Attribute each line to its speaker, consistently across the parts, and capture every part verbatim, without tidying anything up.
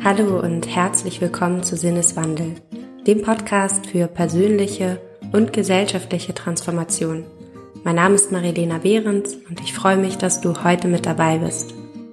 Speaker 1: Hallo und herzlich willkommen zu Sinneswandel, dem Podcast für persönliche und gesellschaftliche Transformation. Mein Name ist Marilena Behrens und ich freue mich, dass du heute mit dabei bist.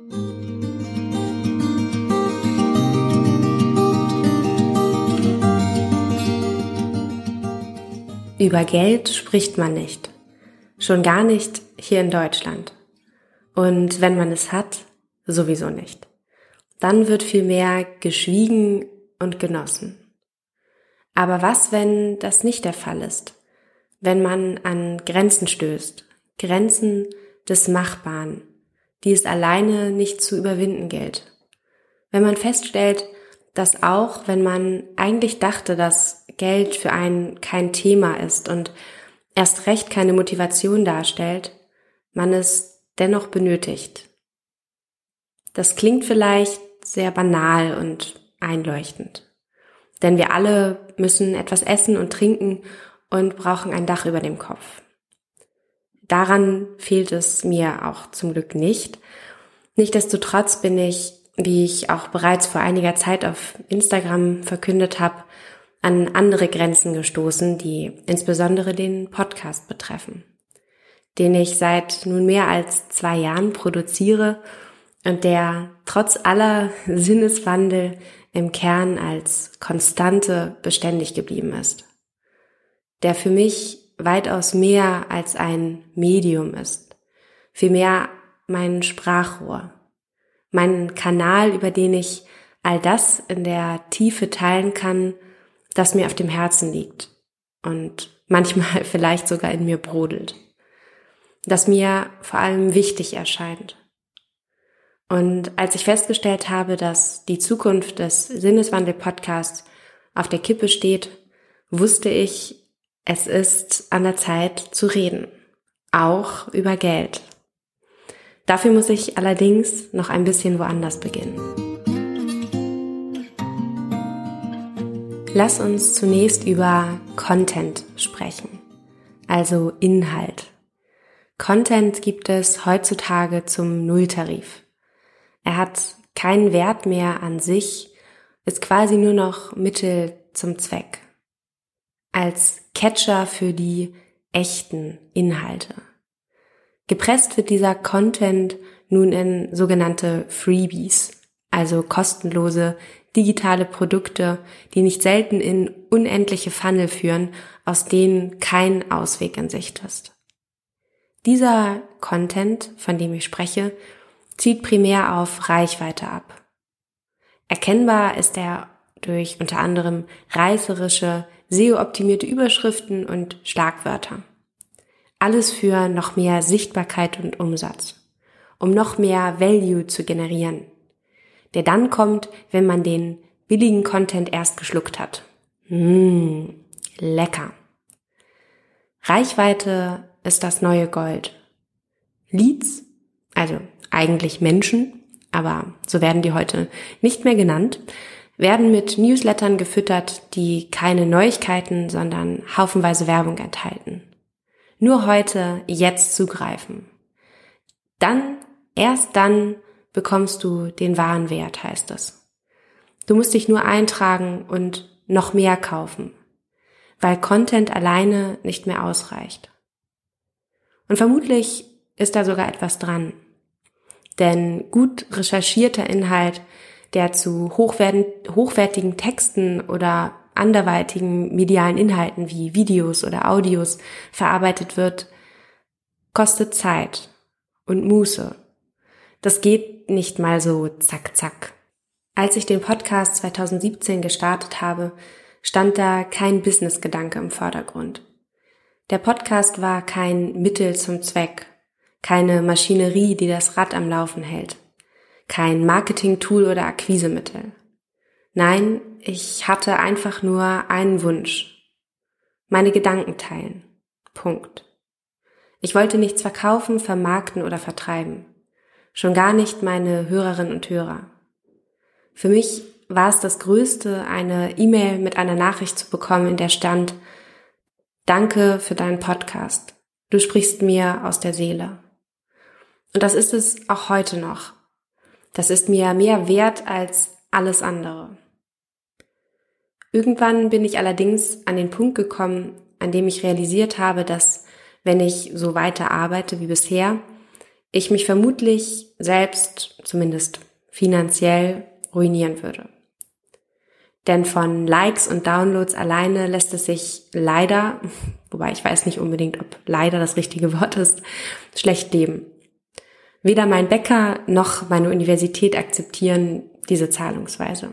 Speaker 1: Über Geld spricht man nicht, schon gar nicht hier in Deutschland. Und wenn man es hat, sowieso nicht. Dann wird vielmehr geschwiegen und genossen. Aber was, wenn das nicht der Fall ist? Wenn man an Grenzen stößt, Grenzen des Machbaren, die es alleine nicht zu überwinden gilt. Wenn man feststellt, dass auch wenn man eigentlich dachte, dass Geld für einen kein Thema ist und erst recht keine Motivation darstellt, man es dennoch benötigt. Das klingt vielleicht sehr banal und einleuchtend. Denn wir alle müssen etwas essen und trinken und brauchen ein Dach über dem Kopf. Daran fehlt es mir auch zum Glück nicht. Nichtsdestotrotz bin ich, wie ich auch bereits vor einiger Zeit auf Instagram verkündet habe, an andere Grenzen gestoßen, die insbesondere den Podcast betreffen, den ich seit nun mehr als zwei Jahren produziere und der trotz aller Sinneswandel im Kern als Konstante beständig geblieben ist. Der für mich weitaus mehr als ein Medium ist, vielmehr mein Sprachrohr, mein Kanal, über den ich all das in der Tiefe teilen kann, das mir auf dem Herzen liegt und manchmal vielleicht sogar in mir brodelt, das mir vor allem wichtig erscheint. Und als ich festgestellt habe, dass die Zukunft des Sinneswandel-Podcasts auf der Kippe steht, wusste ich, es ist an der Zeit zu reden, auch über Geld. Dafür muss ich allerdings noch ein bisschen woanders beginnen. Lass uns zunächst über Content sprechen, also Inhalt. Content gibt es heutzutage zum Nulltarif. Er hat keinen Wert mehr an sich, ist quasi nur noch Mittel zum Zweck. Als Catcher für die echten Inhalte. Gepresst wird dieser Content nun in sogenannte Freebies, also kostenlose digitale Produkte, die nicht selten in unendliche Funnel führen, aus denen kein Ausweg in Sicht ist. Dieser Content, von dem ich spreche, zieht primär auf Reichweite ab. Erkennbar ist er durch unter anderem reißerische, S E O-optimierte Überschriften und Schlagwörter. Alles für noch mehr Sichtbarkeit und Umsatz, um noch mehr Value zu generieren, der dann kommt, wenn man den billigen Content erst geschluckt hat. Mmh, lecker. Reichweite ist das neue Gold. Leads, also eigentlich Menschen, aber so werden die heute nicht mehr genannt, werden mit Newslettern gefüttert, die keine Neuigkeiten, sondern haufenweise Werbung enthalten. Nur heute, jetzt zugreifen. Dann, erst dann bekommst du den wahren Wert, heißt es. Du musst dich nur eintragen und noch mehr kaufen, weil Content alleine nicht mehr ausreicht. Und vermutlich ist da sogar etwas dran. Denn gut recherchierter Inhalt, der zu hochwertigen Texten oder anderweitigen medialen Inhalten wie Videos oder Audios verarbeitet wird, kostet Zeit und Muße. Das geht nicht mal so zack, zack. Als ich den Podcast zwanzig siebzehn gestartet habe, stand da kein Business-Gedanke im Vordergrund. Der Podcast war kein Mittel zum Zweck. Keine Maschinerie, die das Rad am Laufen hält. Kein Marketing-Tool oder Akquisemittel. Nein, ich hatte einfach nur einen Wunsch. Meine Gedanken teilen. Punkt. Ich wollte nichts verkaufen, vermarkten oder vertreiben. Schon gar nicht meine Hörerinnen und Hörer. Für mich war es das Größte, eine E-Mail mit einer Nachricht zu bekommen, in der stand: Danke für deinen Podcast. Du sprichst mir aus der Seele. Und das ist es auch heute noch. Das ist mir mehr wert als alles andere. Irgendwann bin ich allerdings an den Punkt gekommen, an dem ich realisiert habe, dass, wenn ich so weiter arbeite wie bisher, ich mich vermutlich selbst, zumindest finanziell, ruinieren würde. Denn von Likes und Downloads alleine lässt es sich leider, wobei ich weiß nicht unbedingt, ob leider das richtige Wort ist, schlecht leben. Weder mein Bäcker noch meine Universität akzeptieren diese Zahlungsweise.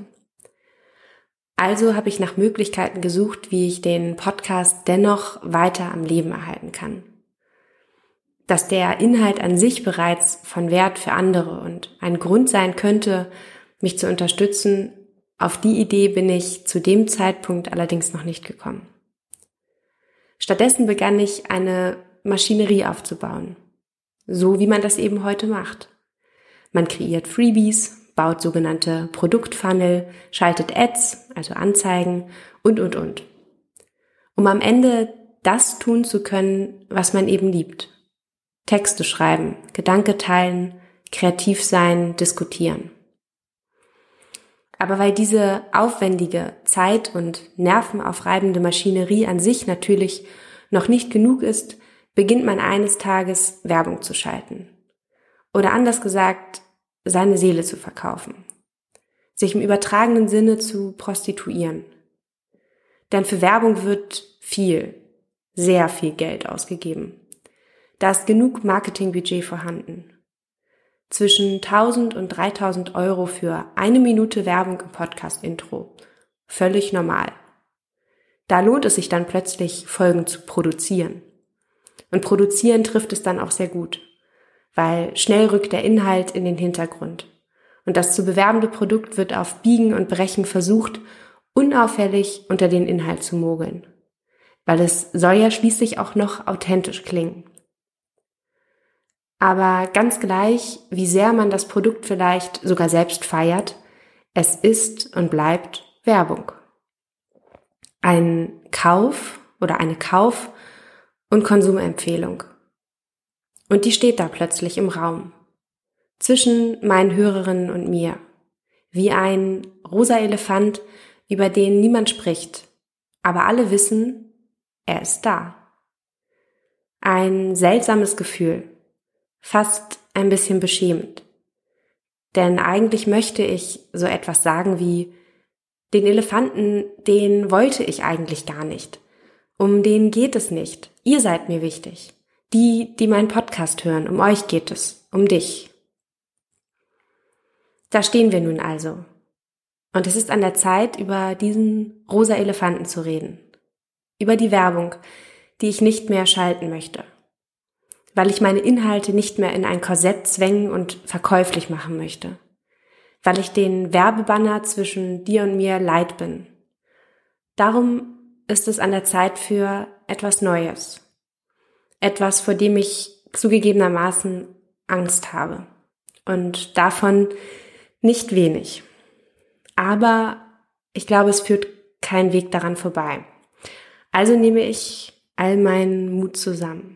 Speaker 1: Also habe ich nach Möglichkeiten gesucht, wie ich den Podcast dennoch weiter am Leben erhalten kann. Dass der Inhalt an sich bereits von Wert für andere und ein Grund sein könnte, mich zu unterstützen, auf die Idee bin ich zu dem Zeitpunkt allerdings noch nicht gekommen. Stattdessen begann ich, eine Maschinerie aufzubauen, so wie man das eben heute macht. Man kreiert Freebies, baut sogenannte Produktfunnel, schaltet Ads, also Anzeigen und, und, und. Um am Ende das tun zu können, was man eben liebt. Texte schreiben, Gedanken teilen, kreativ sein, diskutieren. Aber weil diese aufwendige, zeit- und nervenaufreibende Maschinerie an sich natürlich noch nicht genug ist, beginnt man eines Tages Werbung zu schalten. Oder anders gesagt, seine Seele zu verkaufen. Sich im übertragenen Sinne zu prostituieren. Denn für Werbung wird viel, sehr viel Geld ausgegeben. Da ist genug Marketingbudget vorhanden. Zwischen tausend und dreitausend Euro für eine Minute Werbung im Podcast-Intro. Völlig normal. Da lohnt es sich dann plötzlich, Folgen zu produzieren. Und produzieren trifft es dann auch sehr gut, weil schnell rückt der Inhalt in den Hintergrund. Und das zu bewerbende Produkt wird auf Biegen und Brechen versucht, unauffällig unter den Inhalt zu mogeln. Weil es soll ja schließlich auch noch authentisch klingen. Aber ganz gleich, wie sehr man das Produkt vielleicht sogar selbst feiert, es ist und bleibt Werbung. Ein Kauf oder eine Kauf- und Konsumempfehlung. Und die steht da plötzlich im Raum. Zwischen meinen Hörerinnen und mir. Wie ein rosa Elefant, über den niemand spricht. Aber alle wissen, er ist da. Ein seltsames Gefühl. Fast ein bisschen beschämend. Denn eigentlich möchte ich so etwas sagen wie, den Elefanten, den wollte ich eigentlich gar nicht. Um den geht es nicht. Ihr seid mir wichtig. Die, die meinen Podcast hören, um euch geht es, um dich. Da stehen wir nun also. Und es ist an der Zeit, über diesen rosa Elefanten zu reden. Über die Werbung, die ich nicht mehr schalten möchte. Weil ich meine Inhalte nicht mehr in ein Korsett zwängen und verkäuflich machen möchte. Weil ich den Werbebanner zwischen dir und mir leid bin. Darum ist es an der Zeit für etwas Neues. Etwas, vor dem ich zugegebenermaßen Angst habe. Und davon nicht wenig. Aber ich glaube, es führt kein Weg daran vorbei. Also nehme ich all meinen Mut zusammen.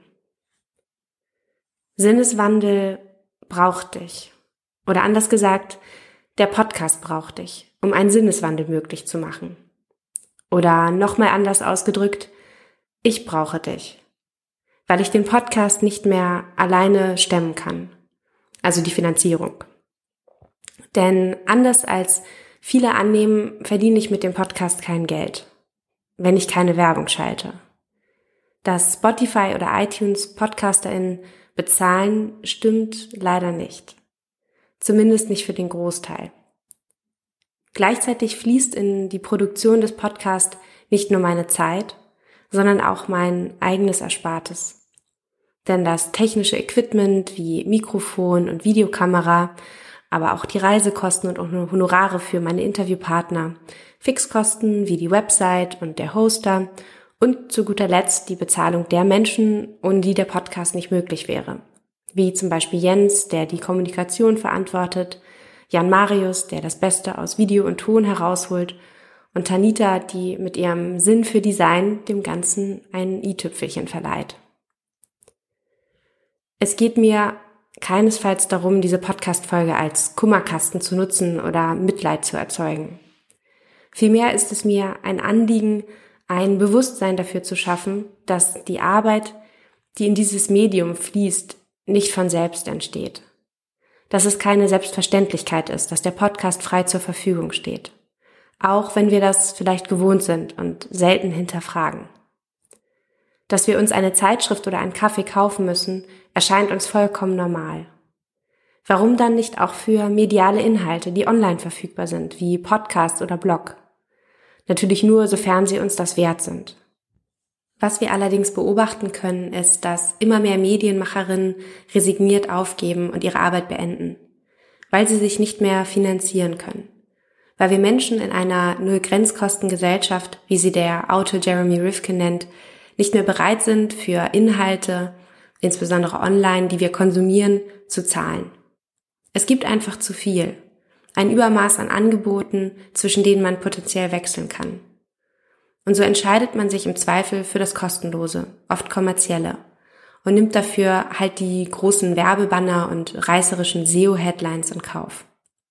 Speaker 1: Sinneswandel braucht dich. Oder anders gesagt, der Podcast braucht dich, um einen Sinneswandel möglich zu machen. Oder nochmal anders ausgedrückt, ich brauche dich, weil ich den Podcast nicht mehr alleine stemmen kann, also die Finanzierung. Denn anders als viele annehmen, verdiene ich mit dem Podcast kein Geld, wenn ich keine Werbung schalte. Dass Spotify oder iTunes PodcasterInnen bezahlen, stimmt leider nicht. Zumindest nicht für den Großteil. Gleichzeitig fließt in die Produktion des Podcasts nicht nur meine Zeit, sondern auch mein eigenes Erspartes. Denn das technische Equipment wie Mikrofon und Videokamera, aber auch die Reisekosten und Honorare für meine Interviewpartner, Fixkosten wie die Website und der Hoster und zu guter Letzt die Bezahlung der Menschen, ohne die der Podcast nicht möglich wäre. Wie zum Beispiel Jens, der die Kommunikation verantwortet, Jan Marius, der das Beste aus Video und Ton herausholt und Tanita, die mit ihrem Sinn für Design dem Ganzen ein i-Tüpfelchen verleiht. Es geht mir keinesfalls darum, diese Podcast-Folge als Kummerkasten zu nutzen oder Mitleid zu erzeugen. Vielmehr ist es mir ein Anliegen, ein Bewusstsein dafür zu schaffen, dass die Arbeit, die in dieses Medium fließt, nicht von selbst entsteht. Dass es keine Selbstverständlichkeit ist, dass der Podcast frei zur Verfügung steht. Auch wenn wir das vielleicht gewohnt sind und selten hinterfragen. Dass wir uns eine Zeitschrift oder einen Kaffee kaufen müssen, erscheint uns vollkommen normal. Warum dann nicht auch für mediale Inhalte, die online verfügbar sind, wie Podcast oder Blog? Natürlich nur, sofern sie uns das wert sind. Was wir allerdings beobachten können, ist, dass immer mehr Medienmacherinnen resigniert aufgeben und ihre Arbeit beenden, weil sie sich nicht mehr finanzieren können. Weil wir Menschen in einer Null-Grenzkosten-Gesellschaft, wie sie der Autor Jeremy Rifkin nennt, nicht mehr bereit sind, für Inhalte, insbesondere online, die wir konsumieren, zu zahlen. Es gibt einfach zu viel. Ein Übermaß an Angeboten, zwischen denen man potenziell wechseln kann. Und so entscheidet man sich im Zweifel für das Kostenlose, oft kommerzielle, und nimmt dafür halt die großen Werbebanner und reißerischen S E O-Headlines in Kauf.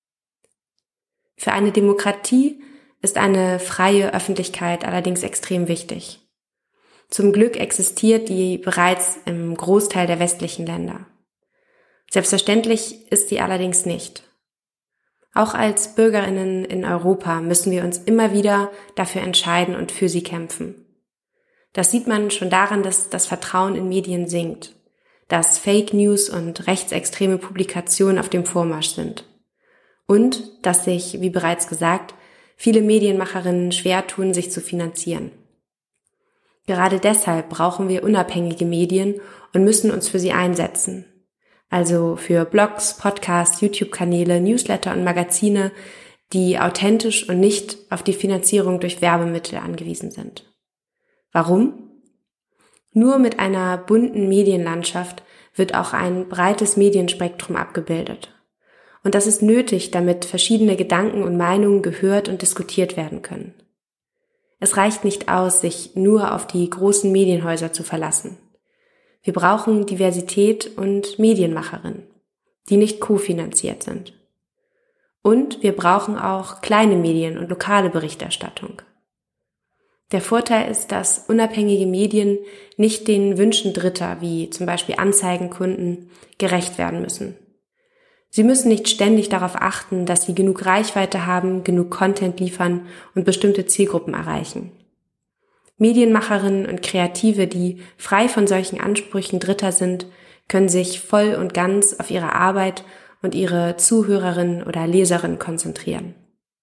Speaker 1: Für eine Demokratie ist eine freie Öffentlichkeit allerdings extrem wichtig. Zum Glück existiert die bereits im Großteil der westlichen Länder. Selbstverständlich ist sie allerdings nicht. Auch als BürgerInnen in Europa müssen wir uns immer wieder dafür entscheiden und für sie kämpfen. Das sieht man schon daran, dass das Vertrauen in Medien sinkt, dass Fake News und rechtsextreme Publikationen auf dem Vormarsch sind und dass sich, wie bereits gesagt, viele Medienmacherinnen schwer tun, sich zu finanzieren. Gerade deshalb brauchen wir unabhängige Medien und müssen uns für sie einsetzen. Also für Blogs, Podcasts, YouTube-Kanäle, Newsletter und Magazine, die authentisch und nicht auf die Finanzierung durch Werbemittel angewiesen sind. Warum? Nur mit einer bunten Medienlandschaft wird auch ein breites Medienspektrum abgebildet. Und das ist nötig, damit verschiedene Gedanken und Meinungen gehört und diskutiert werden können. Es reicht nicht aus, sich nur auf die großen Medienhäuser zu verlassen. Wir brauchen Diversität und Medienmacherinnen, die nicht kofinanziert sind. Und wir brauchen auch kleine Medien und lokale Berichterstattung. Der Vorteil ist, dass unabhängige Medien nicht den Wünschen Dritter, wie zum Beispiel Anzeigenkunden, gerecht werden müssen. Sie müssen nicht ständig darauf achten, dass sie genug Reichweite haben, genug Content liefern und bestimmte Zielgruppen erreichen. Medienmacherinnen und Kreative, die frei von solchen Ansprüchen Dritter sind, können sich voll und ganz auf ihre Arbeit und ihre Zuhörerinnen oder Leserinnen konzentrieren.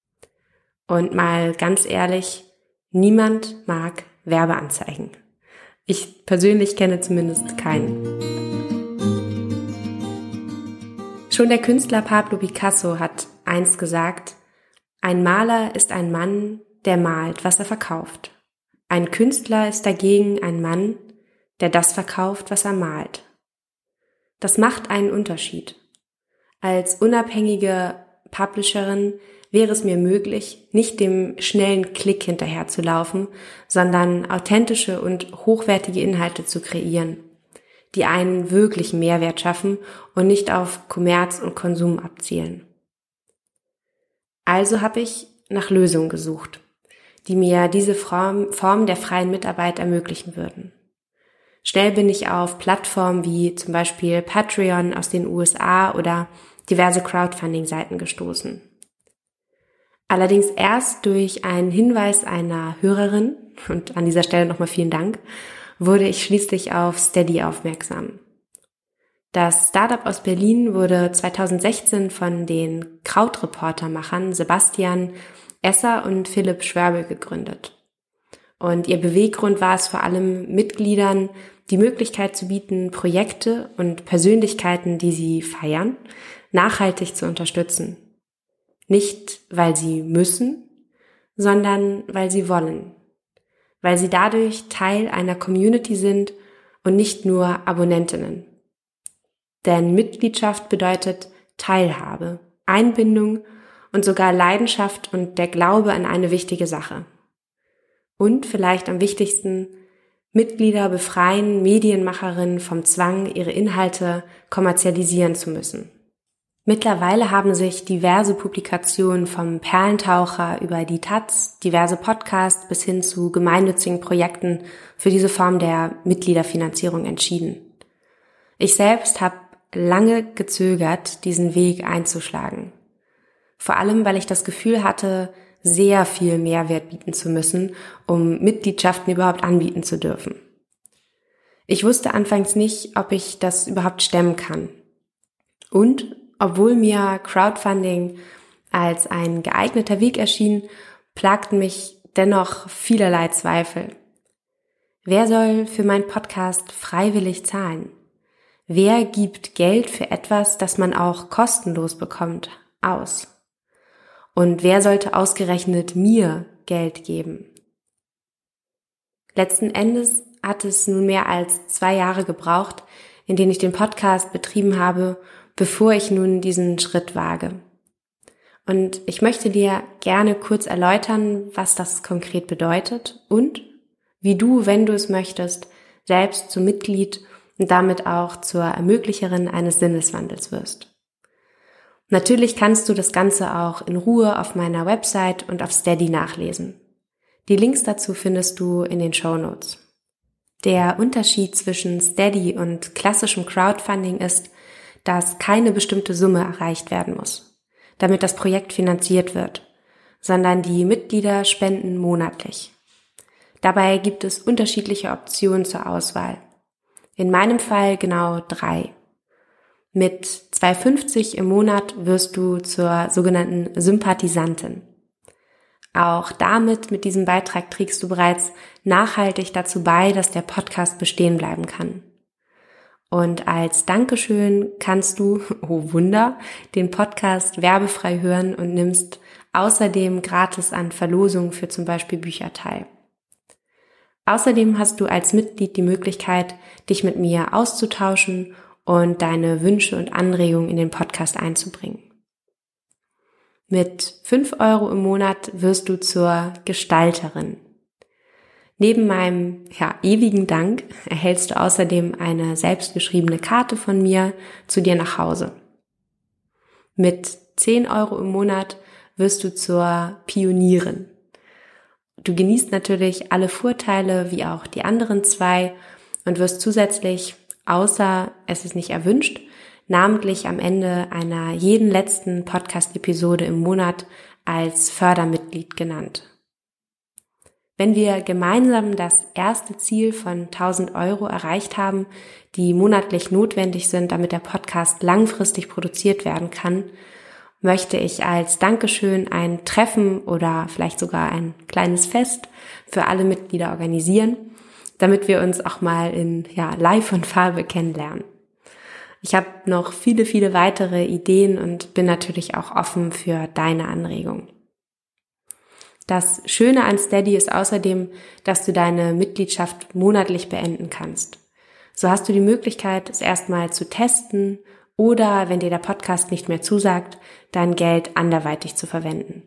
Speaker 1: Und mal ganz ehrlich, niemand mag Werbeanzeigen. Ich persönlich kenne zumindest keinen. Schon der Künstler Pablo Picasso hat einst gesagt, ein Maler ist ein Mann, der malt, was er verkauft. Ein Künstler ist dagegen ein Mann, der das verkauft, was er malt. Das macht einen Unterschied. Als unabhängige Publisherin wäre es mir möglich, nicht dem schnellen Klick hinterherzulaufen, sondern authentische und hochwertige Inhalte zu kreieren, die einen wirklichen Mehrwert schaffen und nicht auf Kommerz und Konsum abzielen. Also habe ich nach Lösungen gesucht, die mir diese Form, Form der freien Mitarbeit ermöglichen würden. Schnell bin ich auf Plattformen wie zum Beispiel Patreon aus den U S A oder diverse Crowdfunding-Seiten gestoßen. Allerdings erst durch einen Hinweis einer Hörerin, und an dieser Stelle nochmal vielen Dank, wurde ich schließlich auf Steady aufmerksam. Das Startup aus Berlin wurde zweitausendsechzehn von den Krautreporter-Machern Sebastian Esser und Philipp Schwörbel gegründet. Und ihr Beweggrund war es vor allem, Mitgliedern die Möglichkeit zu bieten, Projekte und Persönlichkeiten, die sie feiern, nachhaltig zu unterstützen. Nicht, weil sie müssen, sondern weil sie wollen. Weil sie dadurch Teil einer Community sind und nicht nur Abonnentinnen. Denn Mitgliedschaft bedeutet Teilhabe, Einbindung und sogar Leidenschaft und der Glaube an eine wichtige Sache. Und vielleicht am wichtigsten, Mitglieder befreien Medienmacherinnen vom Zwang, ihre Inhalte kommerzialisieren zu müssen. Mittlerweile haben sich diverse Publikationen vom Perlentaucher über die Taz, diverse Podcasts bis hin zu gemeinnützigen Projekten für diese Form der Mitgliederfinanzierung entschieden. Ich selbst habe lange gezögert, diesen Weg einzuschlagen. Vor allem, weil ich das Gefühl hatte, sehr viel Mehrwert bieten zu müssen, um Mitgliedschaften überhaupt anbieten zu dürfen. Ich wusste anfangs nicht, ob ich das überhaupt stemmen kann. Und obwohl mir Crowdfunding als ein geeigneter Weg erschien, plagten mich dennoch vielerlei Zweifel. Wer soll für meinen Podcast freiwillig zahlen? Wer gibt Geld für etwas, das man auch kostenlos bekommt, aus? Und wer sollte ausgerechnet mir Geld geben? Letzten Endes hat es nun mehr als zwei Jahre gebraucht, in denen ich den Podcast betrieben habe, bevor ich nun diesen Schritt wage. Und ich möchte dir gerne kurz erläutern, was das konkret bedeutet und wie du, wenn du es möchtest, selbst zum Mitglied und damit auch zur Ermöglicherin eines Sinneswandels wirst. Natürlich kannst du das Ganze auch in Ruhe auf meiner Website und auf Steady nachlesen. Die Links dazu findest du in den Shownotes. Der Unterschied zwischen Steady und klassischem Crowdfunding ist, dass keine bestimmte Summe erreicht werden muss, damit das Projekt finanziert wird, sondern die Mitglieder spenden monatlich. Dabei gibt es unterschiedliche Optionen zur Auswahl. In meinem Fall genau drei. Mit zwei Euro fünfzig im Monat wirst du zur sogenannten Sympathisantin. Auch damit, mit diesem Beitrag trägst du bereits nachhaltig dazu bei, dass der Podcast bestehen bleiben kann. Und als Dankeschön kannst du, oh Wunder, den Podcast werbefrei hören und nimmst außerdem gratis an Verlosungen für zum Beispiel Bücher teil. Außerdem hast du als Mitglied die Möglichkeit, dich mit mir auszutauschen und deine Wünsche und Anregungen in den Podcast einzubringen. Mit fünf Euro im Monat wirst du zur Gestalterin. Neben meinem ja, ewigen Dank erhältst du außerdem eine selbstgeschriebene Karte von mir zu dir nach Hause. Mit zehn Euro im Monat wirst du zur Pionierin. Du genießt natürlich alle Vorteile wie auch die anderen zwei und wirst zusätzlich, außer es ist nicht erwünscht, namentlich am Ende einer jeden letzten Podcast-Episode im Monat als Fördermitglied genannt. Wenn wir gemeinsam das erste Ziel von tausend Euro erreicht haben, die monatlich notwendig sind, damit der Podcast langfristig produziert werden kann, möchte ich als Dankeschön ein Treffen oder vielleicht sogar ein kleines Fest für alle Mitglieder organisieren, damit wir uns auch mal in ja, Live und Farbe kennenlernen. Ich habe noch viele, viele weitere Ideen und bin natürlich auch offen für deine Anregungen. Das Schöne an Steady ist außerdem, dass du deine Mitgliedschaft monatlich beenden kannst. So hast du die Möglichkeit, es erstmal zu testen oder, wenn dir der Podcast nicht mehr zusagt, dein Geld anderweitig zu verwenden.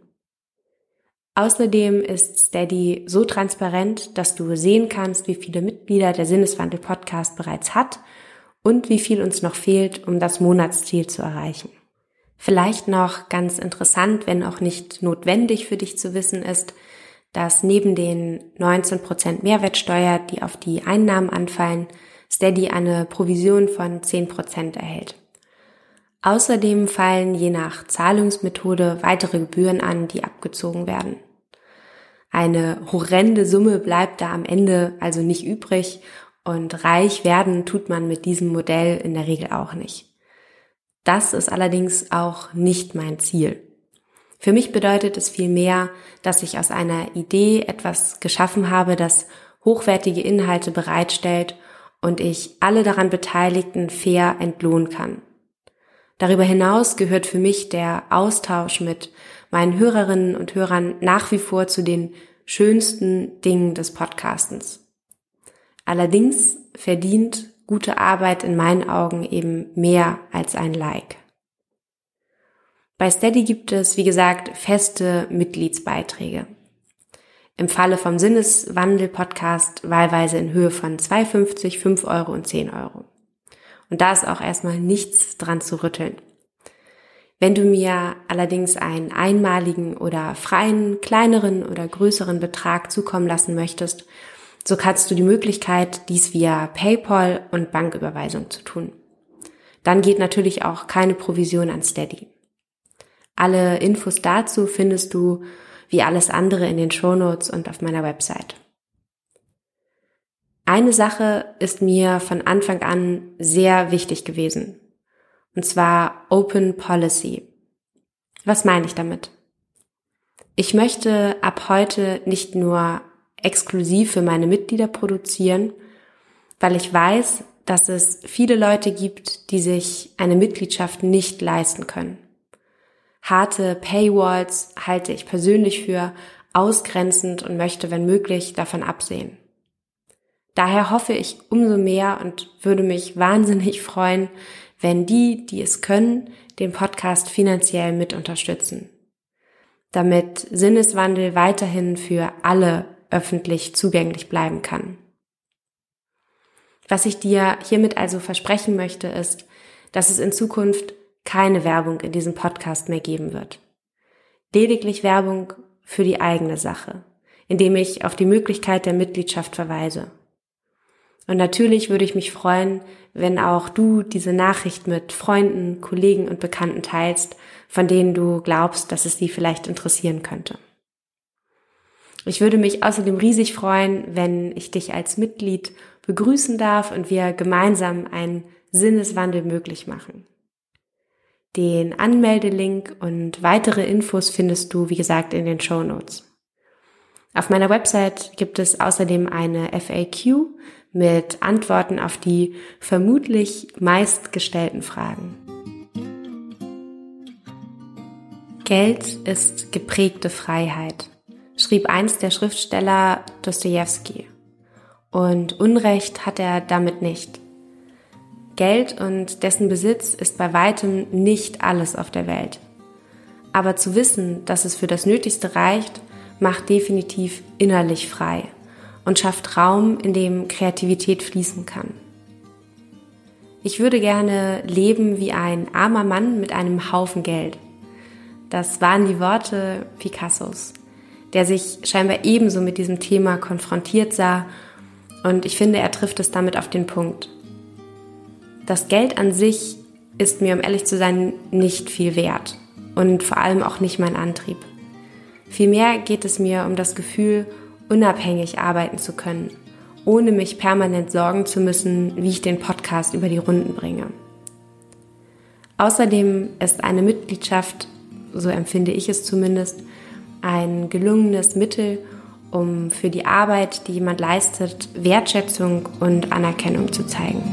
Speaker 1: Außerdem ist Steady so transparent, dass du sehen kannst, wie viele Mitglieder der Sinneswandel-Podcast bereits hat und wie viel uns noch fehlt, um das Monatsziel zu erreichen. Vielleicht noch ganz interessant, wenn auch nicht notwendig für dich zu wissen ist, dass neben den neunzehn Prozent Mehrwertsteuer, die auf die Einnahmen anfallen, Steady eine Provision von zehn Prozent erhält. Außerdem fallen je nach Zahlungsmethode weitere Gebühren an, die abgezogen werden. Eine horrende Summe bleibt da am Ende also nicht übrig und reich werden tut man mit diesem Modell in der Regel auch nicht. Das ist allerdings auch nicht mein Ziel. Für mich bedeutet es vielmehr, dass ich aus einer Idee etwas geschaffen habe, das hochwertige Inhalte bereitstellt und ich alle daran Beteiligten fair entlohnen kann. Darüber hinaus gehört für mich der Austausch mit meinen Hörerinnen und Hörern nach wie vor zu den schönsten Dingen des Podcastens. Allerdings verdient gute Arbeit in meinen Augen eben mehr als ein Like. Bei Steady gibt es, wie gesagt, feste Mitgliedsbeiträge. Im Falle vom Sinneswandel-Podcast wahlweise in Höhe von zwei Euro fünfzig, fünf Euro und zehn Euro. Und da ist auch erstmal nichts dran zu rütteln. Wenn du mir allerdings einen einmaligen oder freien, kleineren oder größeren Betrag zukommen lassen möchtest, so kannst du die Möglichkeit, dies via PayPal und Banküberweisung zu tun. Dann geht natürlich auch keine Provision an Steady. Alle Infos dazu findest du wie alles andere in den Shownotes und auf meiner Website. Eine Sache ist mir von Anfang an sehr wichtig gewesen, und zwar Open Policy. Was meine ich damit? Ich möchte ab heute nicht nur exklusiv für meine Mitglieder produzieren, weil ich weiß, dass es viele Leute gibt, die sich eine Mitgliedschaft nicht leisten können. Harte Paywalls halte ich persönlich für ausgrenzend und möchte, wenn möglich, davon absehen. Daher hoffe ich umso mehr und würde mich wahnsinnig freuen, wenn die, die es können, den Podcast finanziell mit unterstützen, damit Sinneswandel weiterhin für alle öffentlich zugänglich bleiben kann. Was ich dir hiermit also versprechen möchte, ist, dass es in Zukunft keine Werbung in diesem Podcast mehr geben wird. Lediglich Werbung für die eigene Sache, indem ich auf die Möglichkeit der Mitgliedschaft verweise. Und natürlich würde ich mich freuen, wenn auch du diese Nachricht mit Freunden, Kollegen und Bekannten teilst, von denen du glaubst, dass es sie vielleicht interessieren könnte. Ich würde mich außerdem riesig freuen, wenn ich dich als Mitglied begrüßen darf und wir gemeinsam einen Sinneswandel möglich machen. Den Anmeldelink und weitere Infos findest du, wie gesagt, in den Shownotes. Auf meiner Website gibt es außerdem eine F A Q mit Antworten auf die vermutlich meistgestellten Fragen. Geld ist geprägte Freiheit, schrieb einst der Schriftsteller Dostojewski. Und Unrecht hat er damit nicht. Geld und dessen Besitz ist bei weitem nicht alles auf der Welt. Aber zu wissen, dass es für das Nötigste reicht, macht definitiv innerlich frei und schafft Raum, in dem Kreativität fließen kann. Ich würde gerne leben wie ein armer Mann mit einem Haufen Geld. Das waren die Worte Picassos, der sich scheinbar ebenso mit diesem Thema konfrontiert sah, und ich finde, er trifft es damit auf den Punkt. Das Geld an sich ist mir, um ehrlich zu sein, nicht viel wert und vor allem auch nicht mein Antrieb. Vielmehr geht es mir um das Gefühl, unabhängig arbeiten zu können, ohne mich permanent sorgen zu müssen, wie ich den Podcast über die Runden bringe. Außerdem ist eine Mitgliedschaft, so empfinde ich es zumindest, ein gelungenes Mittel, um für die Arbeit, die jemand leistet, Wertschätzung und Anerkennung zu zeigen.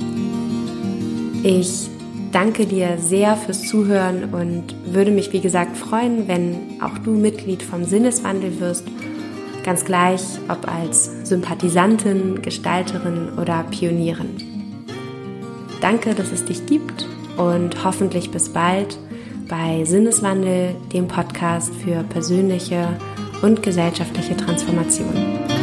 Speaker 1: Ich danke dir sehr fürs Zuhören und würde mich, wie gesagt, freuen, wenn auch du Mitglied vom Sinneswandel wirst, ganz gleich, ob als Sympathisantin, Gestalterin oder Pionierin. Danke, dass es dich gibt und hoffentlich bis bald bei Sinneswandel, dem Podcast für persönliche und gesellschaftliche Transformation.